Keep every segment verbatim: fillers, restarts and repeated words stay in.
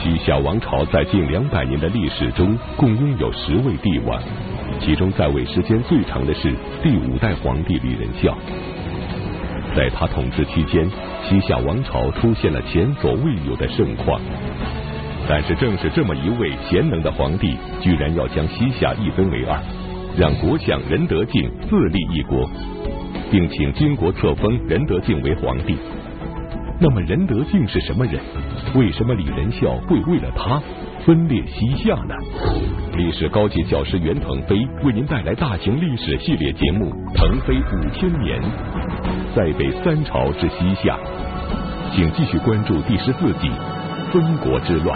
西夏王朝在近两百年的历史中，共拥有十位帝王，其中在位时间最长的是第五代皇帝李仁孝。在他统治期间，西夏王朝出现了前所未有的盛况。但是正是这么一位贤能的皇帝，居然要将西夏一分为二，让国相仁德敬自立一国，并请金国册封仁德敬为皇帝。那么仁德敬是什么人？为什么李仁孝会为了他分裂西夏呢？历史高级教师袁腾飞为您带来大型历史系列节目《腾飞五千年》，在北三朝之西夏，请继续关注第十四集《分国之乱》。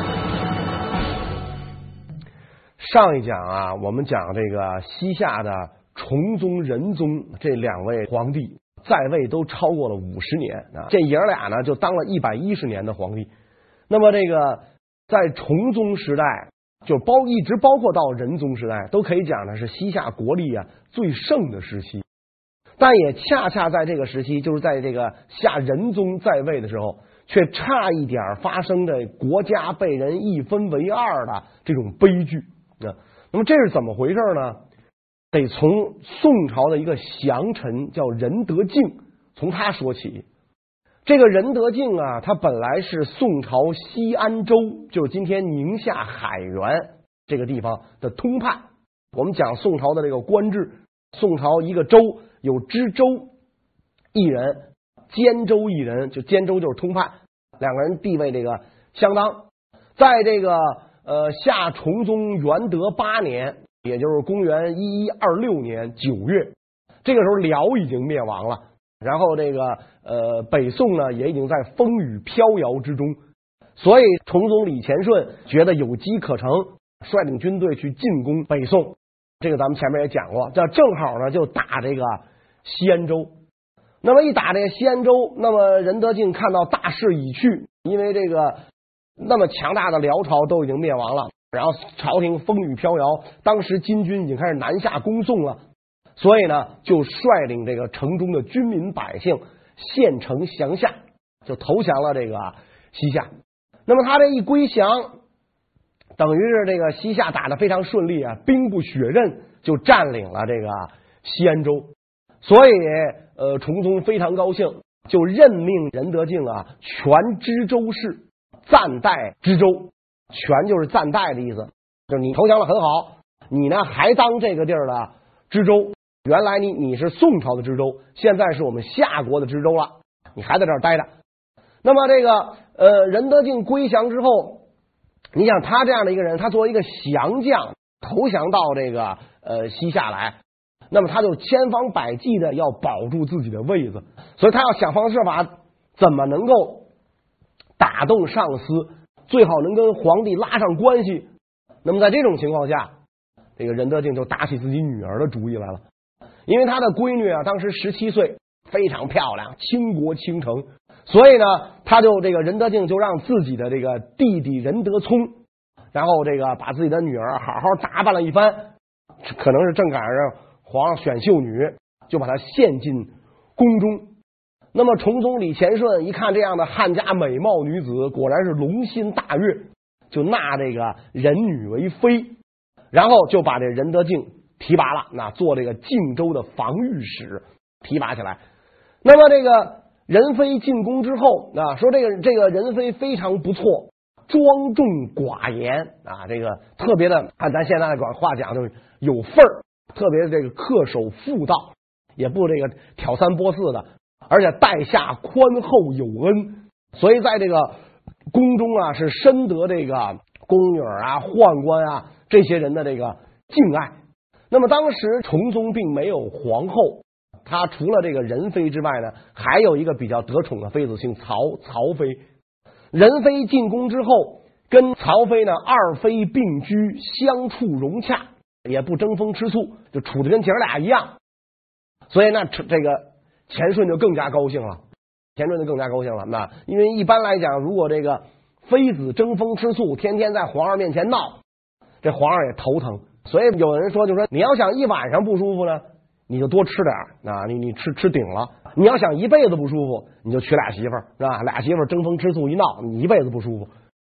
上一讲啊，我们讲这个西夏的崇宗、仁宗这两位皇帝在位都超过了五十年啊，这爷俩呢就当了一百一十年的皇帝。那么这个在崇宗时代，就包一直包括到仁宗时代，都可以讲的是西夏国力啊最盛的时期。但也恰恰在这个时期，就是在这个夏仁宗在位的时候，却差一点发生的国家被人一分为二的这种悲剧啊。那么这是怎么回事呢？得从宋朝的一个降臣叫仁德敬，从他说起。这个仁德敬啊，他本来是宋朝西安州，就是今天宁夏海原这个地方的通判。我们讲宋朝的这个官制，宋朝一个州有知州一人，监州一人，就监州就是通判，两个人地位这个相当。在这个呃夏崇宗元德八年，也就是公元一一二六年九月，这个时候辽已经灭亡了，然后这个呃北宋呢也已经在风雨飘摇之中，所以崇宗李乾顺觉得有机可乘，率领军队去进攻北宋。这个咱们前面也讲过，这正好呢就打这个西安州。那么一打这个西安州，那么仁德敬看到大势已去，因为这个那么强大的辽朝都已经灭亡了，然后朝廷风雨飘摇，当时金军已经开始南下攻宋了，所以呢就率领这个城中的军民百姓献城降夏，就投降了这个西夏。那么他这一归降，等于是这个西夏打得非常顺利啊，兵不血刃就占领了这个西安州。所以呃崇宗非常高兴，就任命仁德敬啊全知州事，暂代知州。全就是暂代的意思，就是你投降了很好，你呢还当这个地儿的知州。原来你你是宋朝的知州，现在是我们夏国的知州了，你还在这儿待着。那么这个呃仁德敬归降之后，你想他这样的一个人，他作为一个降将投降到这个呃西夏来，那么他就千方百计的要保住自己的位子，所以他要想方设法怎么能够打动上司，最好能跟皇帝拉上关系。那么在这种情况下，这个仁德敬就打起自己女儿的主意来了。因为他的闺女啊当时十七岁，非常漂亮，倾国倾城，所以呢他就这个仁德敬就让自己的这个弟弟仁德聪，然后这个把自己的女儿好好打扮了一番，可能是正赶上皇上选秀女，就把她献进宫中。那么崇宗李乾顺一看这样的汉家美貌女子，果然是龙心大悦，就纳这个仁女为妃，然后就把这仁德敬提拔了，那做这个靖州的防御使，提拔起来。那么这个仁妃进宫之后啊，说这个这个仁妃非常不错，庄重寡言啊，这个特别的按咱现在的话讲就是有份儿，特别的这个恪守妇道，也不这个挑三拨四的，而且待下宽厚有恩，所以在这个宫中啊是深得这个宫女啊、宦官啊这些人的这个敬爱。那么当时崇宗并没有皇后，他除了这个仁妃之外呢，还有一个比较得宠的妃子，姓曹，曹妃。仁妃进宫之后，跟曹妃呢二妃并居，相处融洽，也不争风吃醋，就处的跟姐儿俩一样。所以呢这个乾顺就更加高兴了，乾顺就更加高兴了。那因为一般来讲，如果这个妃子争风吃醋，天天在皇上面前闹，这皇上也头疼。所以有人说，就说你要想一晚上不舒服呢，你就多吃点啊，你你吃吃顶了。你要想一辈子不舒服，你就娶俩媳妇儿，是吧？俩媳妇儿争风吃醋一闹，你一辈子不舒服。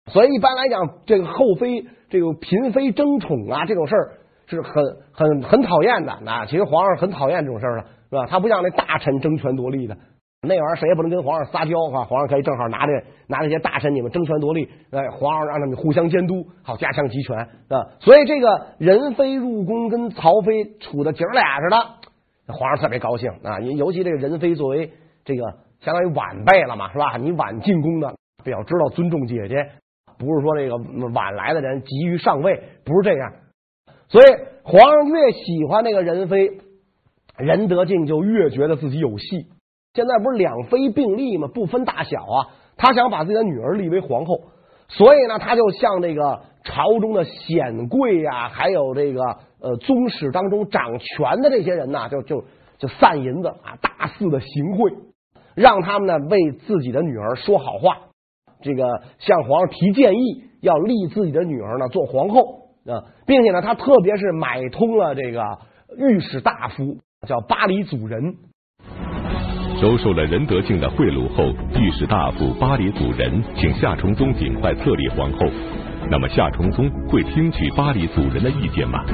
所以一般来讲，这个后妃这个嫔妃争宠啊，这种事儿是很很很讨厌的。那其实皇上很讨厌这种事儿了，是吧？他不像那大臣争权夺利的，那玩意儿谁也不能跟皇上撒娇啊。皇上可以正好拿着拿这些大臣你们争权夺利，哎，皇上让他们互相监督，好加强集权啊。所以这个仁妃入宫跟曹妃处的姐儿俩似的，皇上特别高兴啊。尤其这个仁妃作为这个相当于晚辈了嘛，是吧？你晚进宫的，比较知道尊重姐姐。不是说这个晚来的人急于上位，不是这样。所以皇上越喜欢那个仁妃，仁德敬就越觉得自己有戏。现在不是两妃并立吗？不分大小啊。他想把自己的女儿立为皇后，所以呢，他就向这个朝中的显贵啊，还有这个呃宗室当中掌权的这些人呐、啊，就就就散银子啊，大肆的行贿，让他们呢为自己的女儿说好话。这个向皇上提建议，要立自己的女儿呢做皇后啊，并且呢，他特别是买通了这个御史大夫，叫巴黎祖仁。 收受了仁德敬的贿赂后，御史大夫巴黎祖仁请夏崇宗尽快册立皇后。那么夏崇宗会听取巴黎祖仁的意见吗？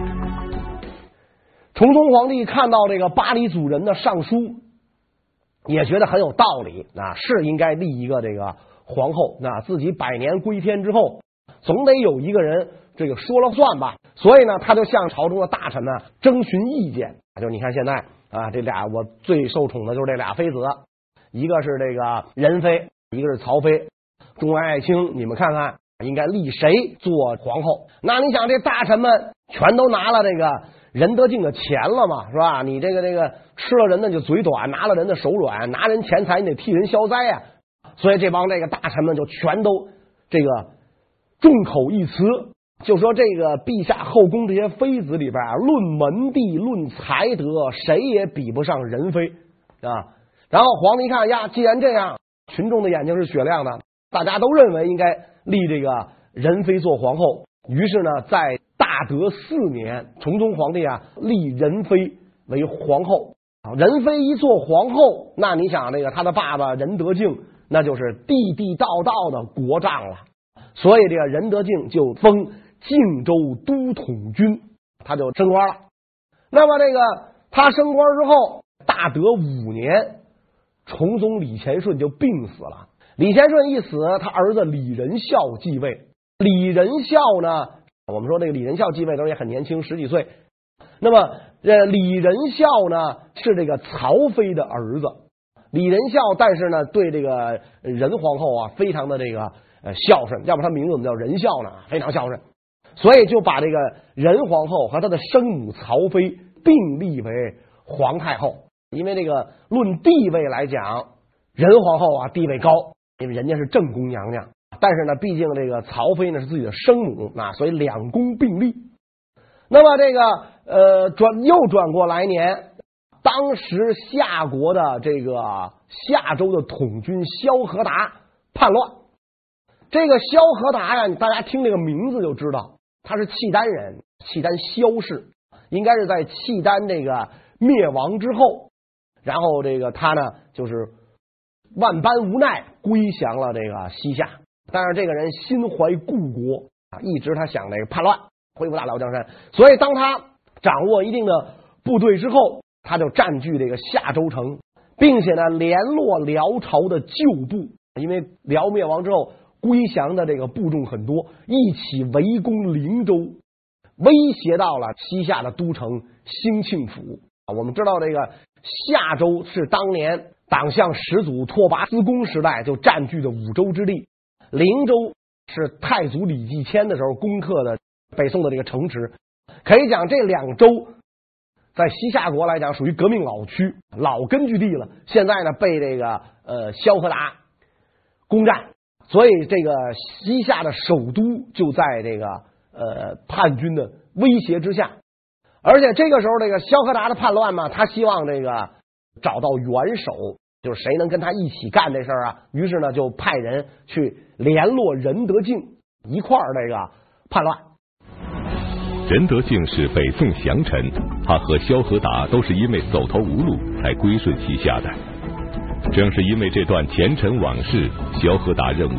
崇宗皇帝看到这个巴黎祖仁的上书，也觉得很有道理啊，是应该立一个这个皇后。那自己百年归天之后，总得有一个人这个说了算吧。所以呢，他就向朝中的大臣呢征询意见。就你看现在啊，这俩我最受宠的就是这俩妃子，一个是这个仁妃，一个是曹妃。众位爱卿，你们看看应该立谁做皇后？那你想，这大臣们全都拿了这个仁德敬的钱了嘛，是吧？你这个这个吃了人的就嘴短，拿了人的手软，拿人钱财你得替人消灾呀、啊。所以这帮这个大臣们就全都这个众口一词，就说这个陛下后宫这些妃子里边啊，论门第论才德，谁也比不上仁妃啊。然后皇帝一看呀，既然这样，群众的眼睛是雪亮的，大家都认为应该立这个仁妃做皇后。于是呢，在大德四年，崇宗皇帝啊立仁妃为皇后。仁妃一做皇后，那你想这个他的爸爸仁德敬，那就是地地道道的国丈了。所以这个仁德敬就封靖州都统军，他就升官了。那么这个他升官之后，大德五年，崇宗李乾顺就病死了。李乾顺一死，他儿子李仁孝继位。李仁孝呢，我们说这个李仁孝继位的时候也很年轻，十几岁。那么呃，李仁孝呢是这个曹妃的儿子。李仁孝，但是呢对这个仁皇后啊非常的这个呃孝顺，要不他名字怎么叫仁孝呢？非常孝顺，所以就把这个仁皇后和他的生母曹妃并立为皇太后。因为这个论地位来讲，仁皇后啊地位高，因为人家是正宫娘娘。但是呢，毕竟这个曹妃呢是自己的生母啊，所以两宫并立。那么这个呃转又转过来年，当时夏国的这个夏州的统军萧何达叛乱。这个萧何达呀，大家听这个名字就知道，他是契丹人，契丹萧氏，应该是在契丹这个灭亡之后，然后这个他呢就是万般无奈归降了这个西夏。但是这个人心怀故国啊，一直他想这个叛乱，恢复大辽江山。所以当他掌握一定的部队之后，他就占据这个夏州城，并且呢联络辽朝的旧部，因为辽灭亡之后归降的这个部众很多，一起围攻灵州，威胁到了西夏的都城兴庆府。我们知道这个夏州是当年党项始祖拓跋思恭时代就占据的五州之地，灵州是太祖李继迁的时候攻克的北宋的这个城池。可以讲这两州在西夏国来讲属于革命老区，老根据地了。现在呢被这个呃萧何达攻占，所以这个西夏的首都就在这个呃叛军的威胁之下。而且这个时候这个萧何达的叛乱嘛，他希望这个找到元首，就是谁能跟他一起干这事儿啊。于是呢就派人去联络仁德敬一块儿这个叛乱。 仁德敬是北宋降臣，他和萧何达都是因为走投无路才归顺西夏的。正是因为这段前尘往事，萧何达认为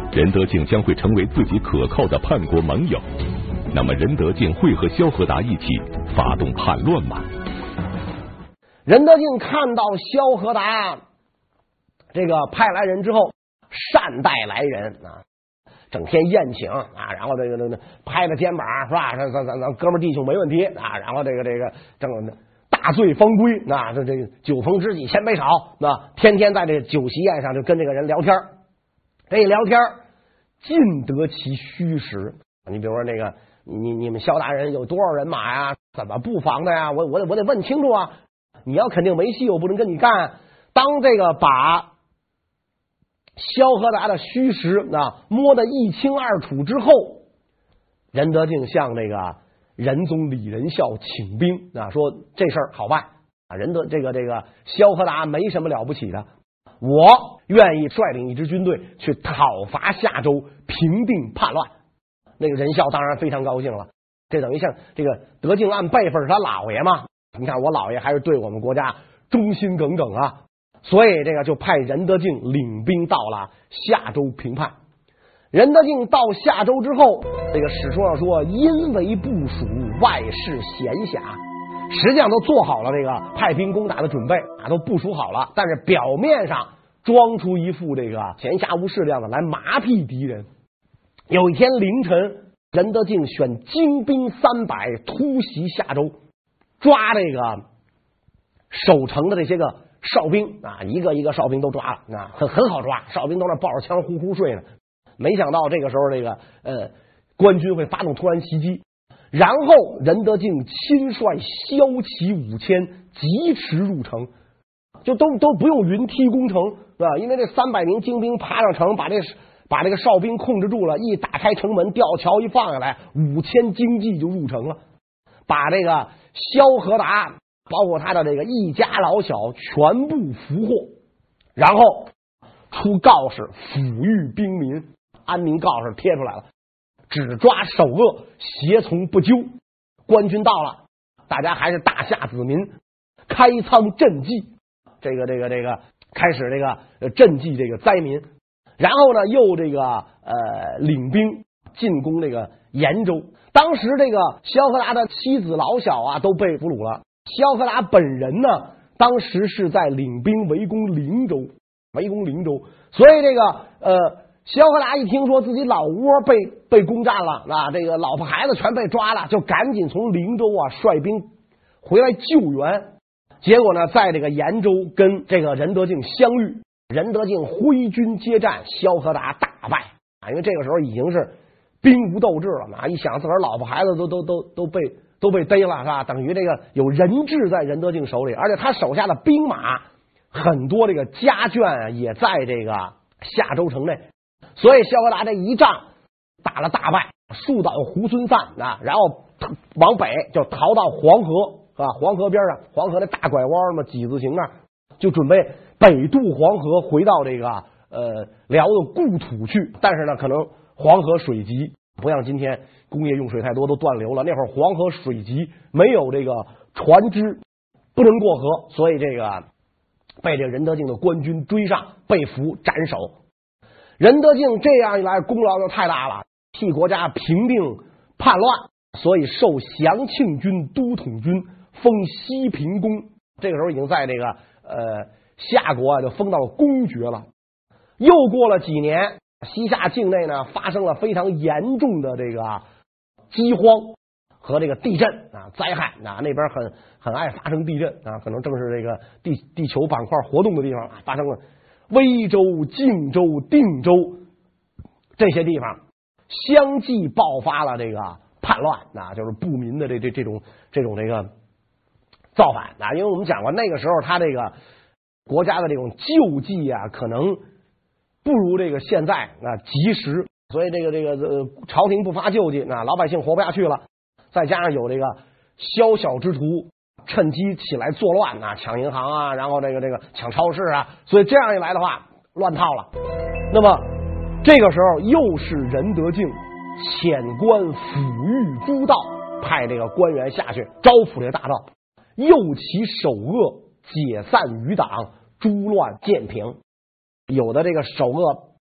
任德敬将会成为自己可靠的叛国盟友。那么任德敬会和萧何达一起发动叛乱吗？ 任德敬看到萧何达这个派来人之后，善待来人啊，整天宴请啊，然后这个这个拍着肩膀是吧？咱咱咱哥们弟兄没问题啊，然后这个这个正大醉方归，那这这个酒逢知己千杯少，那天天在这个酒席宴上就跟这个人聊天，这一聊天尽得其虚实。你比如说那个你你们萧大人有多少人马呀？怎么布防的呀？我我得我得问清楚啊！你要肯定没戏，我不能跟你干。当这个把萧何达的虚实啊摸得一清二楚之后，任德敬向这个仁宗李仁孝请兵啊，说这事儿好办啊，仁德这个这个萧何达没什么了不起的，我愿意率领一支军队去讨伐夏州，平定叛乱。那个仁孝当然非常高兴了，这等于像这个德敬按辈分是他老爷嘛，你看我老爷还是对我们国家忠心耿耿啊，所以这个就派任德敬领兵到了夏州平叛。任德敬到夏州之后，这个史书上说因为部署，外事闲暇，实际上都做好了这个派兵攻打的准备啊，都部署好了，但是表面上装出一副这个闲暇无事的样子来麻痹敌人。有一天凌晨，任德敬选精兵三百突袭夏州，抓这个守城的这些个哨兵啊，一个一个哨兵都抓了啊，很很好抓，哨兵都那抱着枪呼呼睡呢。没想到这个时候，这个呃官军会发动突然袭击，然后任德敬亲率骁骑五千疾驰入城，就都都不用云梯攻城啊，因为这三百名精兵爬上城，把这把这个哨兵控制住了，一打开城门，吊桥一放下来，五千精骑就入城了，把这个萧何达包括他的这个一家老小全部俘获，然后出告示抚育兵民，安民告示贴出来了，只抓首恶，胁从不究。官军到了，大家还是大夏子民，开仓赈济，这个这个这个开始这个赈济这个灾民。然后呢，又这个呃领兵进攻这个延州。当时这个萧何达的妻子老小啊都被俘虏了，萧何达本人呢，当时是在领兵围攻灵州，围攻灵州。所以这个呃萧何达一听说自己老窝被被攻占了啊，这个老婆孩子全被抓了，就赶紧从灵州啊率兵回来救援。结果呢，在这个延州跟这个任德敬相遇。任德敬挥军接战，萧何达大败啊！因为这个时候已经是兵无斗志了嘛，一想自个儿老婆孩子都都都都被都被逮了是吧？等于这个有人质在任德敬手里，而且他手下的兵马很多，这个家眷也在这个夏州城内，所以萧何达这一仗打了大败，树倒猢狲散啊，然后往北就逃到黄河啊，黄河边上，黄河那大拐弯嘛，几字形那儿，就准备北渡黄河回到这个呃辽的故土去。但是呢，可能黄河水急，不像今天工业用水太多都断流了，那会儿黄河水急，没有这个船只不能过河，所以这个被这个任德敬的官军追上，被俘斩首。任德敬这样一来功劳就太大了，替国家平定叛乱，所以受降庆军都统军，封西平公。这个时候已经在这个呃夏国啊就封到了公爵了。又过了几年，西夏境内呢发生了非常严重的这个饥荒和这个地震啊灾害啊，那边很很爱发生地震啊，可能正是这个地地球板块活动的地方发生了。威州、靖州、定州这些地方相继爆发了这个叛乱啊，就是部民的这这这种这种这个造反啊。因为我们讲过，那个时候他这个国家的这种救济啊，可能不如这个现在啊及时，所以这个这个呃朝廷不发救济，那老百姓活不下去了。再加上有这个宵小之徒趁机起来作乱啊，抢银行啊，然后这个这个抢超市啊，所以这样一来的话，乱套了。那么这个时候又是任德敬遣官抚育诸道，派这个官员下去招抚这个大盗，诱其首恶，解散余党，诛乱渐平。有的这个首恶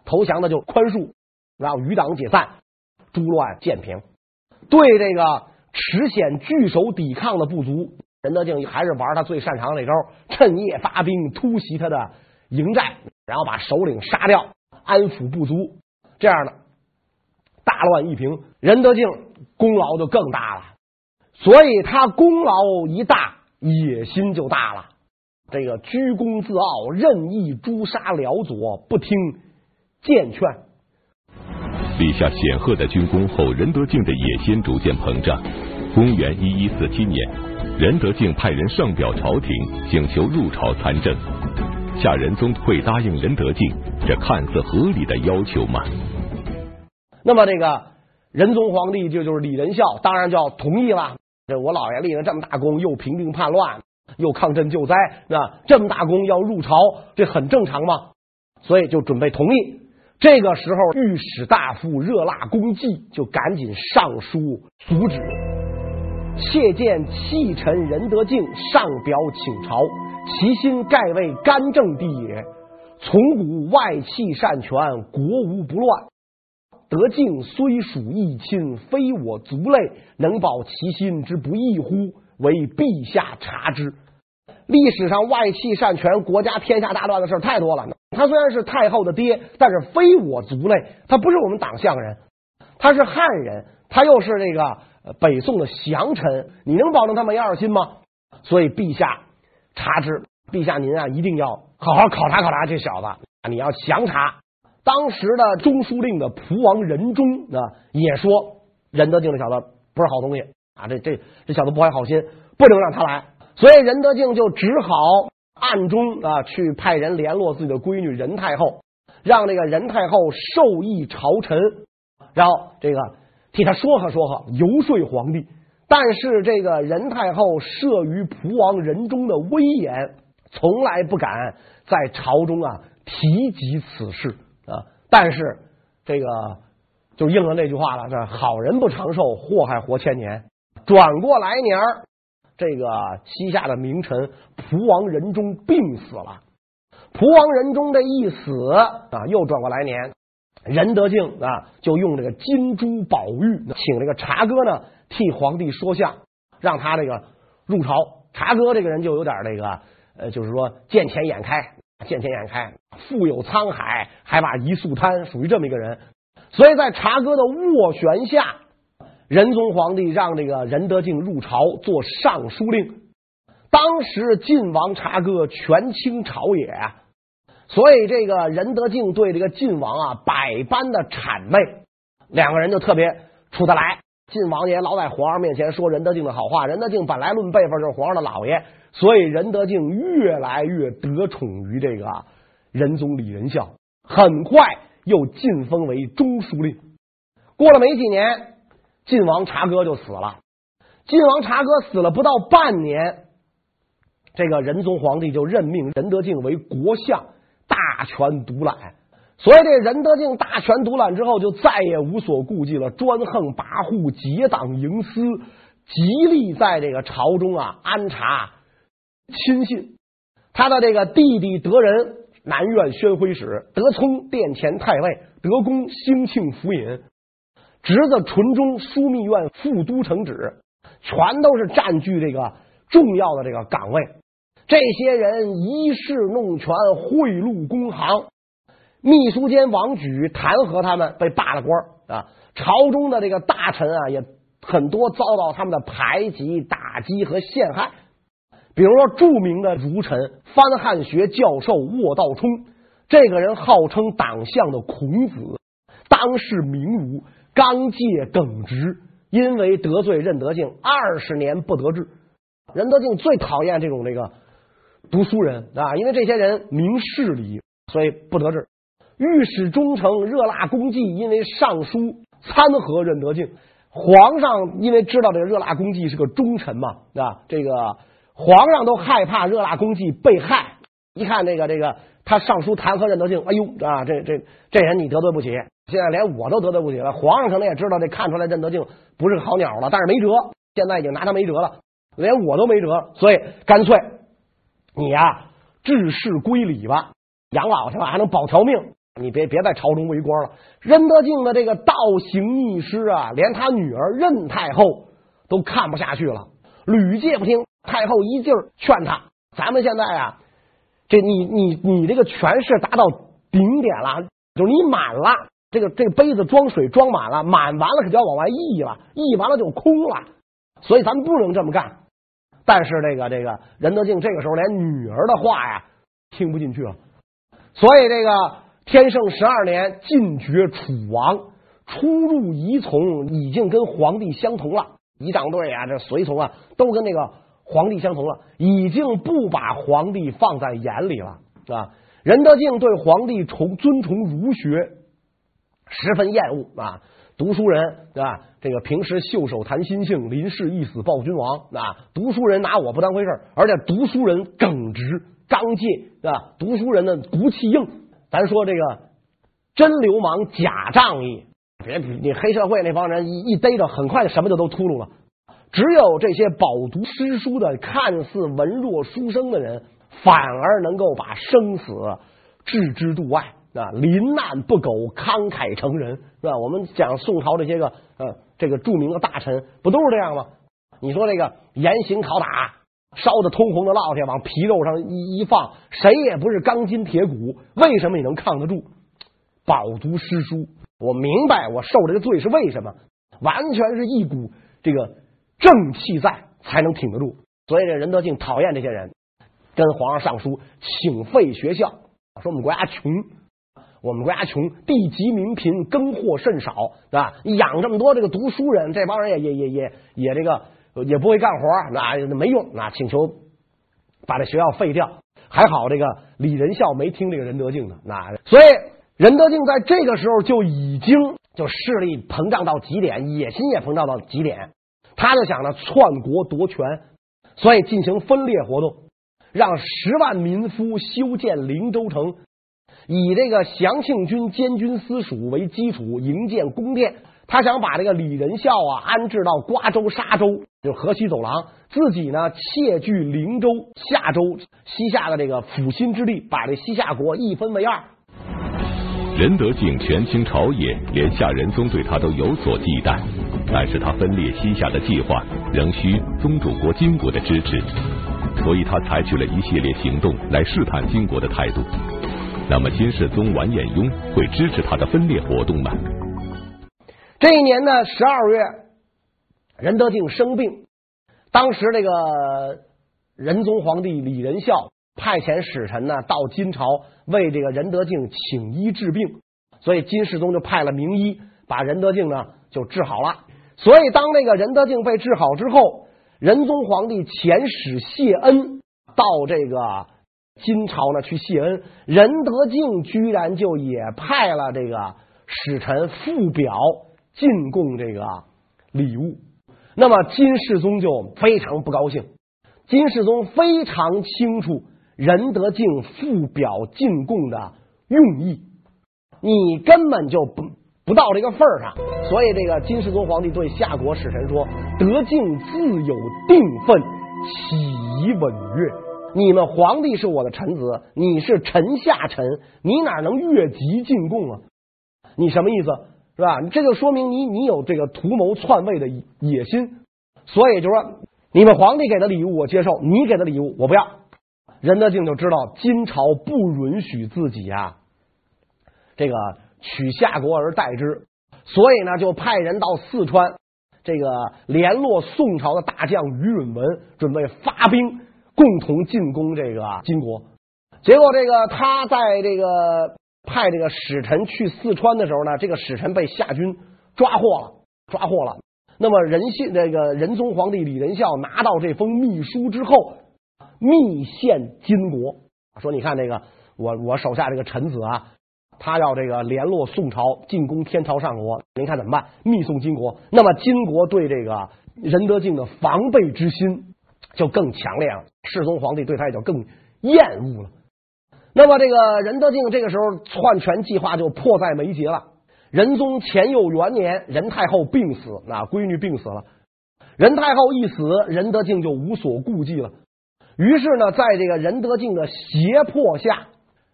投降的就宽恕，然后余党解散，诸乱渐平。对这个持险据守抵抗的部族，任德敬还是玩他最擅长的那招，趁夜发兵突袭他的营寨，然后把首领杀掉，安抚部族。这样的大乱一平，任德敬功劳就更大了。所以他功劳一大，野心就大了。这个居功自傲，任意诛杀辽左，不听谏劝。 立下显赫的军功后，任德敬的野心逐渐膨胀。公元一一四七年，任德敬派人上表朝廷，请求入朝参政。夏仁宗会答应任德敬这看似合理的要求吗？ 那么这个仁宗皇帝就就是李仁孝，当然就要同意了。这我老爷立了这么大功，又平定叛乱，又抗震救灾，那这么大功要入朝，这很正常嘛。所以就准备同意。这个时候，御史大夫热辣公济就赶紧上书阻止。谢见弃臣任德敬上表请朝，其心盖为干政帝也。从古外戚擅权，国无不乱。德敬虽属义亲，非我族类，能保其心之不义乎？为陛下察之。历史上外戚擅权、国家天下大乱的事太多了。他虽然是太后的爹，但是非我族类，他不是我们党项人，他是汉人，他又是这个北宋的降臣，你能保证他没二心吗？所以陛下察之，陛下您啊一定要好好考察考察这小子，你要详查。当时的中书令的蒲王任忠啊也说，任德敬这小子不是好东西啊，这这这小子不怀好心，不能让他来。所以任德敬就只好暗中啊去派人联络自己的闺女任太后，让这个任太后授意朝臣，然后这个替他说和说和，游说皇帝。但是这个任太后慑于蒲王任忠的威严，从来不敢在朝中啊提及此事啊。但是这个就应了那句话了，这好人不长寿，祸害活千年。转过来年儿，这个西夏的名臣蒲王任忠病死了。蒲王任忠这一死啊，又转过来年，任德敬啊就用这个金珠宝玉，请这个察哥呢替皇帝说相，让他这个入朝。察哥这个人就有点这个呃，就是说见钱眼开，见钱眼开，富有沧海，还把一粟贪，属于这么一个人。所以在察哥的斡旋下，仁宗皇帝让这个任德敬入朝做尚书令。当时晋王察哥权倾朝野啊，所以这个任德敬对这个晋王啊百般的谄媚，两个人就特别处得来。晋王爷老在皇上面前说任德敬的好话，任德敬本来论辈分就是皇上的老爷，所以任德敬越来越得宠于这个仁宗李仁孝，很快又晋封为中书令。过了没几年，晋王察哥就死了。晋王察哥死了不到半年，这个仁宗皇帝就任命任德敬为国相，大权独揽。所以这任德敬大权独揽之后，就再也无所顾忌了，专横跋扈，结党营私，极力在这个朝中啊安插亲信。他的这个弟弟德仁南苑宣徽使，德聪殿前太尉，德公兴庆府尹，侄子纯忠枢密院副都承旨，全都是占据这个重要的这个岗位。这些人一事弄权，贿赂公行。秘书监王举弹劾他们，被罢了官啊。朝中的这个大臣啊，也很多遭到他们的排挤、打击和陷害。比如说著名的儒臣藩汉学教授沃道冲，这个人号称党项的孔子，当世名儒，刚介耿直，因为得罪任德敬，二十年不得志。任德敬最讨厌这种这个读书人啊，因为这些人明事理，所以不得志。御史中丞热辣公济因为上书参劾任德敬，皇上因为知道这个热辣公济是个忠臣嘛，啊，这个皇上都害怕热辣公济被害。一看这个这个他上书弹劾任德敬，哎呦啊，这这这人你得罪不起，现在连我都得罪不起了。皇上可能也知道这，看出来任德敬不是个好鸟了，但是没辙，现在已经拿他没辙了，连我都没辙，所以干脆你呀治世归礼吧，养老去吧，还能保条命。 你别别在朝中为官了。仁德敬的这个倒行逆施啊，连他女儿任太后都看不下去了，屡戒不听。太后一劲儿劝他，咱们现在啊，这你你你这个权势达到顶点了，就是你满了，这个这个杯子装水装满了，满完了可就要往外溢了，溢完了就空了，所以咱们不能这么干。但是这个这个仁德敬这个时候连女儿的话呀听不进去了，所以这个天圣十二年进爵楚王，出入仪从已经跟皇帝相同了，仪仗队啊这随从啊都跟那个皇帝相同了，已经不把皇帝放在眼里了啊。仁德敬对皇帝崇尊崇儒学十分厌恶啊，读书人对吧？这个平时袖手谈心性，临事一死报君王啊！读书人拿我不当回事，而且读书人耿直刚介啊，读书人的骨气硬。咱说这个真流氓假仗义，别你黑社会那帮人一一逮着，很快什么就都秃噜了。只有这些饱读诗书的、看似文弱书生的人，反而能够把生死置之度外。啊，临难不苟，慷慨成人，是吧？我们讲宋朝这些个呃这个著名的大臣，不都是这样吗？你说这个严刑拷打，烧得通红的烙铁往皮肉上一一放，谁也不是钢筋铁骨，为什么你能抗得住？饱读诗书，我明白我受这个罪是为什么，完全是一股这个正气在才能挺得住。所以这仁德敬讨厌这些人，跟皇上上书请废学校，说我们国家穷。我们国家穷，地级民贫，耕获甚少，对吧？养这么多这个读书人，这帮人也也也也也这个也不会干活，那没用。那请求把这学校废掉。还好这个李仁孝没听这个仁德敬的，那所以仁德敬在这个时候就已经就势力膨胀到极点，野心也膨胀到极点，他就想着篡国夺权，所以进行分裂活动，让十万民夫修建灵州城。以这个祥庆军监军司属为基础，营建宫殿。他想把这个李仁孝啊安置到瓜州、沙州，就是河西走廊，自己呢窃据灵州、夏州西夏的这个阜新之地，把这西夏国一分为二。 仁德敬权倾朝野，连夏仁宗对他都有所忌惮，但是他分裂西夏的计划仍需宗主国金国的支持，所以他采取了一系列行动来试探金国的态度。那么金世宗完颜雍会支持他的分裂活动吗？ 这一年的十二月，仁德敬生病，当时这个仁宗皇帝李仁孝派遣使臣呢到金朝为这个仁德敬请医治病，所以金世宗就派了名医把仁德敬呢就治好了。所以当这个仁德敬被治好之后，仁宗皇帝遣使谢恩到这个金朝呢去谢恩，仁德敬居然就也派了这个使臣附表进贡这个礼物。那么金世宗就非常不高兴，金世宗非常清楚仁德敬附表进贡的用意，你根本就不不到这个份儿上，所以这个金世宗皇帝对夏国使臣说：德敬自有定分，岂宜吻越？你们皇帝是我的臣子，你是臣下臣，你哪能越级进贡啊？你什么意思是吧？这就说明你你有这个图谋篡位的野心。所以就说你们皇帝给的礼物我接受，你给的礼物我不要。仁德敬就知道金朝不允许自己啊这个取夏国而代之，所以呢就派人到四川这个联络宋朝的大将于允文，准备发兵共同进攻这个金国。结果这个他在这个派这个使臣去四川的时候呢，这个使臣被夏军抓获了，抓获了。那么仁信这个仁宗皇帝李仁孝拿到这封密书之后，密献金国，说你看这个我我手下这个臣子啊，他要这个联络宋朝进攻天朝上国，您看怎么办？密送金国。那么金国对这个仁德敬的防备之心就更强烈了，世宗皇帝对他也就更厌恶了。那么这个仁德敬这个时候篡权计划就迫在眉睫了。仁宗乾佑元年，仁太后病死，那闺女病死了。仁太后一死，仁德敬就无所顾忌了。于是呢，在这个仁德敬的胁迫下，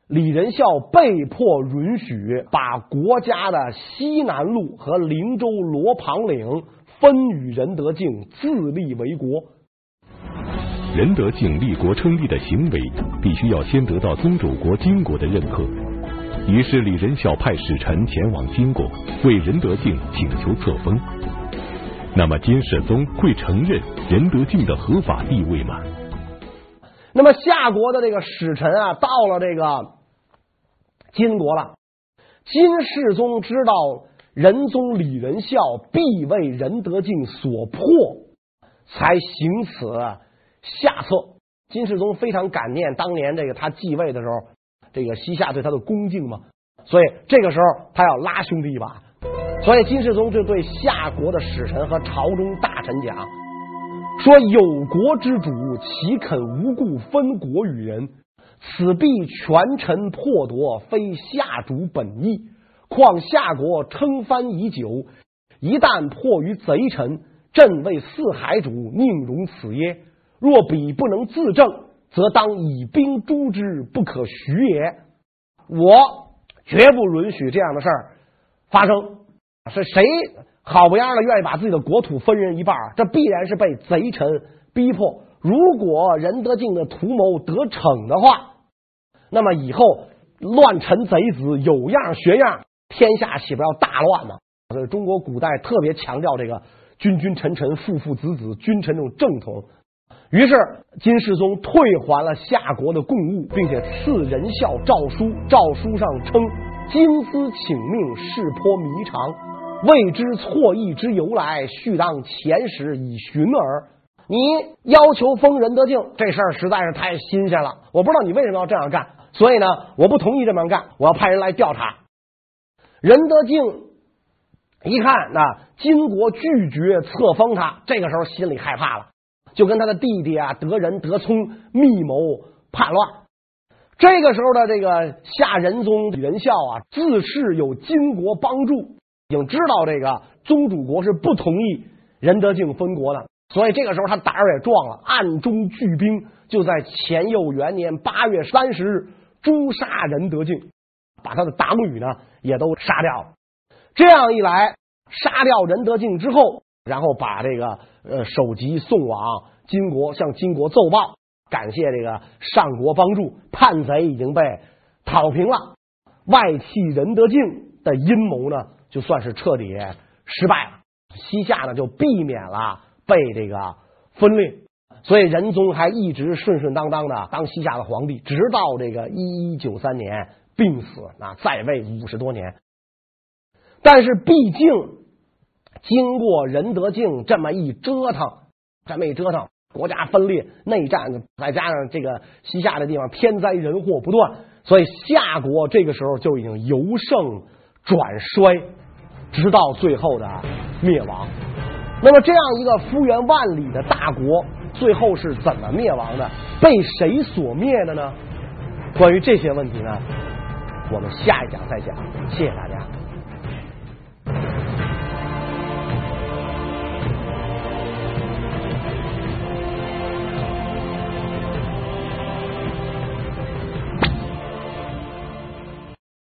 李仁孝被迫允许把国家的西南路和灵州罗庞岭分与仁德敬自立为国。 仁德敬立国称帝的行为必须要先得到宗主国金国的认可，于是李仁孝派使臣前往金国为仁德敬请求册封。那么金世宗会承认仁德敬的合法地位吗？ 那么夏国的这个使臣啊，到了这个金国了。金世宗知道仁宗李仁孝必为仁德敬所迫，才行此下策。金世宗非常感念当年这个他继位的时候，这个西夏对他的恭敬嘛，所以这个时候他要拉兄弟一把。所以金世宗就对夏国的使臣和朝中大臣讲说：有国之主岂肯无故分国与人？此必权臣破夺，非夏主本意。况夏国称藩已久，一旦迫于贼臣，朕为四海主，宁容此耶？若彼不能自正，则当以兵诛之，不可许也。我绝不允许这样的事儿发生。是谁好不样的愿意把自己的国土分人一半？这必然是被贼臣逼迫。如果仁德敬的图谋得逞的话，那么以后乱臣贼子有样学样，天下岂不要大乱呢？所以中国古代特别强调这个君君臣臣父父子子君臣这种正统。于是金世宗退还了夏国的贡物，并且赐仁孝诏书，诏书上称金兹请命，事颇迷长，未知错意之由来，须当前时以寻耳。你要求封仁德敬，这事儿实在是太新鲜了，我不知道你为什么要这样干，所以呢，我不同意这么干，我要派人来调查。仁德敬一看，那金国拒绝册封他，这个时候心里害怕了，就跟他的弟弟啊德仁、德聪密谋叛乱。这个时候的这个夏仁宗李仁孝啊，自恃有金国帮助，已经知道这个宗主国是不同意仁德敬分国的，所以这个时候他胆儿也壮了，暗中聚兵，就在乾佑元年八月三十日诛杀仁德敬，把他的党羽呢也都杀掉了。这样一来，杀掉仁德敬之后，然后把这个呃首级送往金国，向金国奏报，感谢这个上国帮助，叛贼已经被讨平了，外戚仁德敬的阴谋呢就算是彻底失败了。西夏呢就避免了被这个分裂，所以仁宗还一直顺顺当当的当西夏的皇帝，直到这个一一九三年病死，啊，在位五十多年。但是毕竟经过仁德敬这么一折腾，这么一折腾，国家分裂、内战，再加上这个西夏的地方天灾人祸不断，所以夏国这个时候就已经由盛转衰，直到最后的灭亡。那么这样一个幅员万里的大国，最后是怎么灭亡的？被谁所灭的呢？关于这些问题呢，我们下一讲再讲。谢谢大家。